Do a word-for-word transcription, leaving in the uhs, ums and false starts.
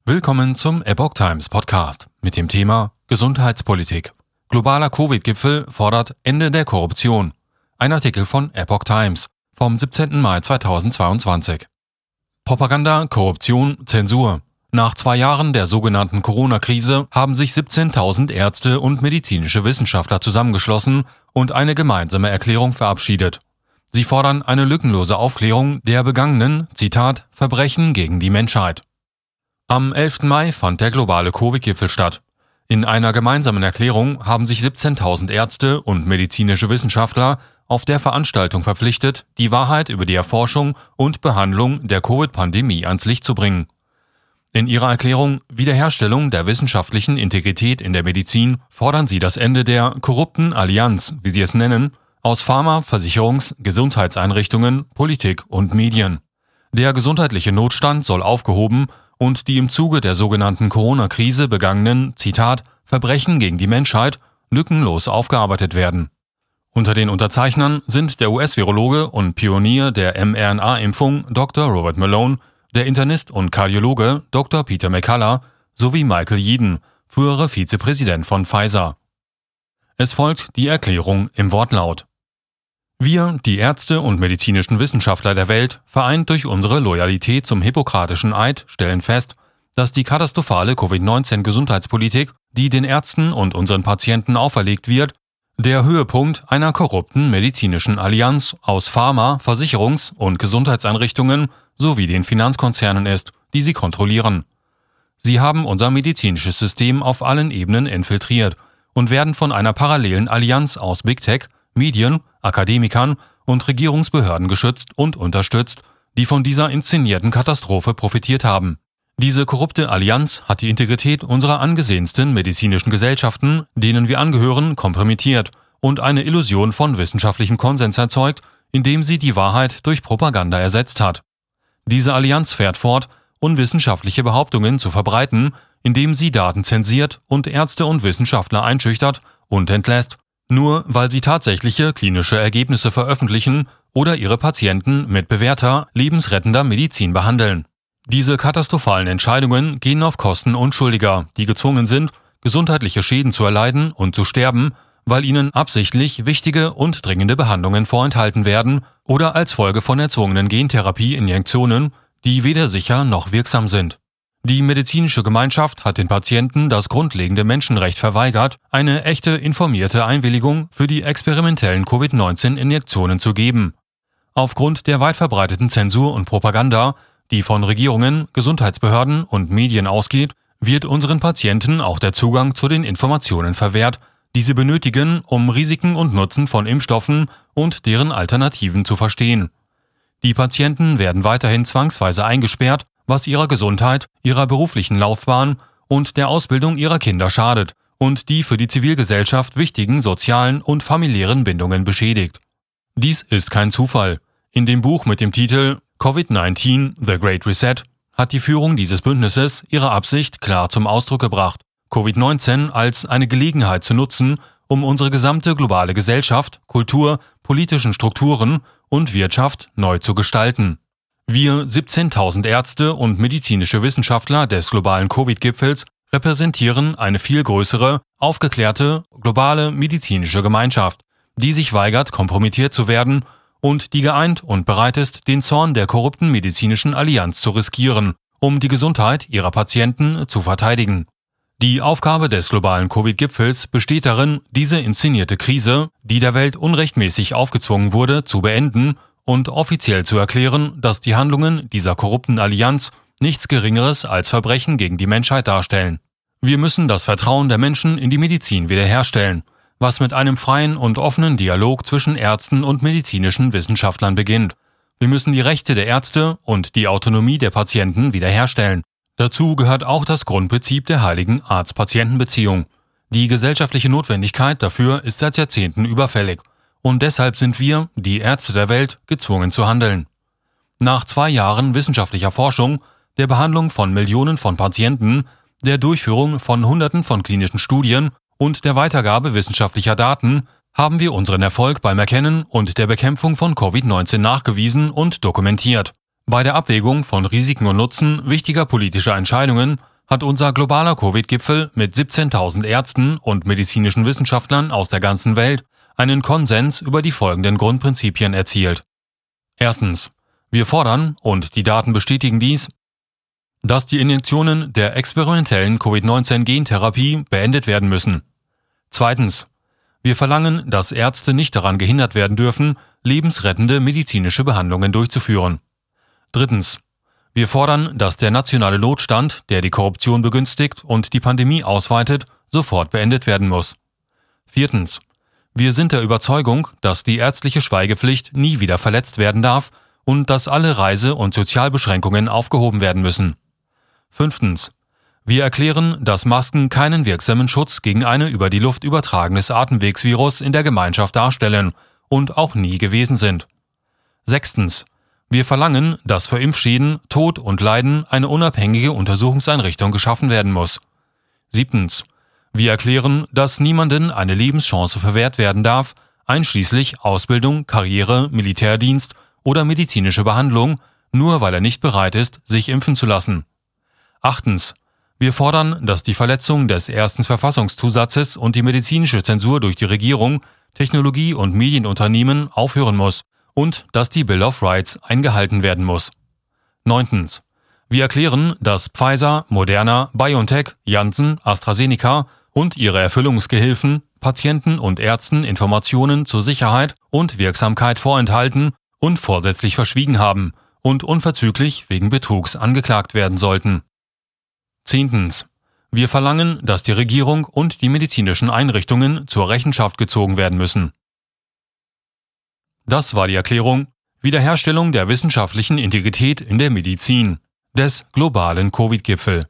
Willkommen zum Epoch Times Podcast mit dem Thema Gesundheitspolitik. Globaler Covid-Gipfel fordert Ende der Korruption. Ein Artikel von Epoch Times vom siebzehnten Mai zweitausendzweiundzwanzig. Propaganda, Korruption, Zensur. Nach zwei Jahren der sogenannten Corona-Krise haben sich siebzehntausend Ärzte und medizinische Wissenschaftler zusammengeschlossen und eine gemeinsame Erklärung verabschiedet. Sie fordern eine lückenlose Aufklärung der begangenen, Zitat, Verbrechen gegen die Menschheit. Am elften Mai fand der globale Covid-Gipfel statt. In einer gemeinsamen Erklärung haben sich siebzehntausend Ärzte und medizinische Wissenschaftler auf der Veranstaltung verpflichtet, die Wahrheit über die Erforschung und Behandlung der Covid-Pandemie ans Licht zu bringen. In ihrer Erklärung Wiederherstellung der wissenschaftlichen Integrität in der Medizin fordern sie das Ende der korrupten Allianz, wie sie es nennen, aus Pharma-, Versicherungs-, Gesundheitseinrichtungen, Politik und Medien. Der gesundheitliche Notstand soll aufgehoben und die im Zuge der sogenannten Corona-Krise begangenen, Zitat, Verbrechen gegen die Menschheit lückenlos aufgearbeitet werden. Unter den Unterzeichnern sind der U S-Virologe und Pionier der mRNA-Impfung Doktor Robert Malone, der Internist und Kardiologe Doktor Peter McCullough sowie Michael Yeadon, frühere Vizepräsident von Pfizer. Es folgt die Erklärung im Wortlaut. Wir, die Ärzte und medizinischen Wissenschaftler der Welt, vereint durch unsere Loyalität zum Hippokratischen Eid, stellen fest, dass die katastrophale Covid neunzehn Gesundheitspolitik, die den Ärzten und unseren Patienten auferlegt wird, der Höhepunkt einer korrupten medizinischen Allianz aus Pharma-, Versicherungs- und Gesundheitseinrichtungen sowie den Finanzkonzernen ist, die sie kontrollieren. Sie haben unser medizinisches System auf allen Ebenen infiltriert und werden von einer parallelen Allianz aus Big Tech, Medien, Akademikern und Regierungsbehörden geschützt und unterstützt, die von dieser inszenierten Katastrophe profitiert haben. Diese korrupte Allianz hat die Integrität unserer angesehensten medizinischen Gesellschaften, denen wir angehören, kompromittiert und eine Illusion von wissenschaftlichem Konsens erzeugt, indem sie die Wahrheit durch Propaganda ersetzt hat. Diese Allianz fährt fort, unwissenschaftliche Behauptungen zu verbreiten, indem sie Daten zensiert und Ärzte und Wissenschaftler einschüchtert und entlässt, nur weil sie tatsächliche klinische Ergebnisse veröffentlichen oder ihre Patienten mit bewährter, lebensrettender Medizin behandeln. Diese katastrophalen Entscheidungen gehen auf Kosten Unschuldiger, die gezwungen sind, gesundheitliche Schäden zu erleiden und zu sterben, weil ihnen absichtlich wichtige und dringende Behandlungen vorenthalten werden oder als Folge von erzwungenen Gentherapie-Injektionen, die weder sicher noch wirksam sind. Die medizinische Gemeinschaft hat den Patienten das grundlegende Menschenrecht verweigert, eine echte informierte Einwilligung für die experimentellen Covid neunzehn Injektionen zu geben. Aufgrund der weit verbreiteten Zensur und Propaganda, die von Regierungen, Gesundheitsbehörden und Medien ausgeht, wird unseren Patienten auch der Zugang zu den Informationen verwehrt, die sie benötigen, um Risiken und Nutzen von Impfstoffen und deren Alternativen zu verstehen. Die Patienten werden weiterhin zwangsweise eingesperrt, was ihrer Gesundheit, ihrer beruflichen Laufbahn und der Ausbildung ihrer Kinder schadet und die für die Zivilgesellschaft wichtigen sozialen und familiären Bindungen beschädigt. Dies ist kein Zufall. In dem Buch mit dem Titel Covid neunzehn – The Great Reset hat die Führung dieses Bündnisses ihre Absicht klar zum Ausdruck gebracht, Covid neunzehn als eine Gelegenheit zu nutzen, um unsere gesamte globale Gesellschaft, Kultur, politischen Strukturen und Wirtschaft neu zu gestalten. Wir siebzehntausend Ärzte und medizinische Wissenschaftler des globalen Covid-Gipfels repräsentieren eine viel größere, aufgeklärte, globale medizinische Gemeinschaft, die sich weigert, kompromittiert zu werden und die geeint und bereit ist, den Zorn der korrupten medizinischen Allianz zu riskieren, um die Gesundheit ihrer Patienten zu verteidigen. Die Aufgabe des globalen Covid-Gipfels besteht darin, diese inszenierte Krise, die der Welt unrechtmäßig aufgezwungen wurde, zu beenden und offiziell zu erklären, dass die Handlungen dieser korrupten Allianz nichts Geringeres als Verbrechen gegen die Menschheit darstellen. Wir müssen das Vertrauen der Menschen in die Medizin wiederherstellen, was mit einem freien und offenen Dialog zwischen Ärzten und medizinischen Wissenschaftlern beginnt. Wir müssen die Rechte der Ärzte und die Autonomie der Patienten wiederherstellen. Dazu gehört auch das Grundprinzip der heiligen Arzt-Patienten-Beziehung. Die gesellschaftliche Notwendigkeit dafür ist seit Jahrzehnten überfällig. Und deshalb sind wir, die Ärzte der Welt, gezwungen zu handeln. Nach zwei Jahren wissenschaftlicher Forschung, der Behandlung von Millionen von Patienten, der Durchführung von Hunderten von klinischen Studien und der Weitergabe wissenschaftlicher Daten haben wir unseren Erfolg beim Erkennen und der Bekämpfung von Covid neunzehn nachgewiesen und dokumentiert. Bei der Abwägung von Risiken und Nutzen wichtiger politischer Entscheidungen hat unser globaler Covid-Gipfel mit siebzehntausend Ärzten und medizinischen Wissenschaftlern aus der ganzen Welt einen Konsens über die folgenden Grundprinzipien erzielt. Erstens. Wir fordern, und die Daten bestätigen dies, dass die Injektionen der experimentellen Covid neunzehn Gentherapie beendet werden müssen. Zweitens. Wir verlangen, dass Ärzte nicht daran gehindert werden dürfen, lebensrettende medizinische Behandlungen durchzuführen. Drittens. Wir fordern, dass der nationale Notstand, der die Korruption begünstigt und die Pandemie ausweitet, sofort beendet werden muss. Viertens. Wir sind der Überzeugung, dass die ärztliche Schweigepflicht nie wieder verletzt werden darf und dass alle Reise- und Sozialbeschränkungen aufgehoben werden müssen. Fünftens. Wir erklären, dass Masken keinen wirksamen Schutz gegen ein über die Luft übertragenes Atemwegsvirus in der Gemeinschaft darstellen und auch nie gewesen sind. Sechstens. Wir verlangen, dass für Impfschäden, Tod und Leiden eine unabhängige Untersuchungseinrichtung geschaffen werden muss. Siebtens. Wir erklären, dass niemanden eine Lebenschance verwehrt werden darf, einschließlich Ausbildung, Karriere, Militärdienst oder medizinische Behandlung, nur weil er nicht bereit ist, sich impfen zu lassen. Achtens. Wir fordern, dass die Verletzung des ersten Verfassungszusatzes und die medizinische Zensur durch die Regierung, Technologie- und Medienunternehmen aufhören muss und dass die Bill of Rights eingehalten werden muss. Neuntens. Wir erklären, dass Pfizer, Moderna, BioNTech, Janssen, AstraZeneca und ihre Erfüllungsgehilfen Patienten und Ärzten Informationen zur Sicherheit und Wirksamkeit vorenthalten und vorsätzlich verschwiegen haben und unverzüglich wegen Betrugs angeklagt werden sollten. Zehntens. Wir verlangen, dass die Regierung und die medizinischen Einrichtungen zur Rechenschaft gezogen werden müssen. Das war die Erklärung Wiederherstellung der wissenschaftlichen Integrität in der Medizin des globalen Covid-Gipfel.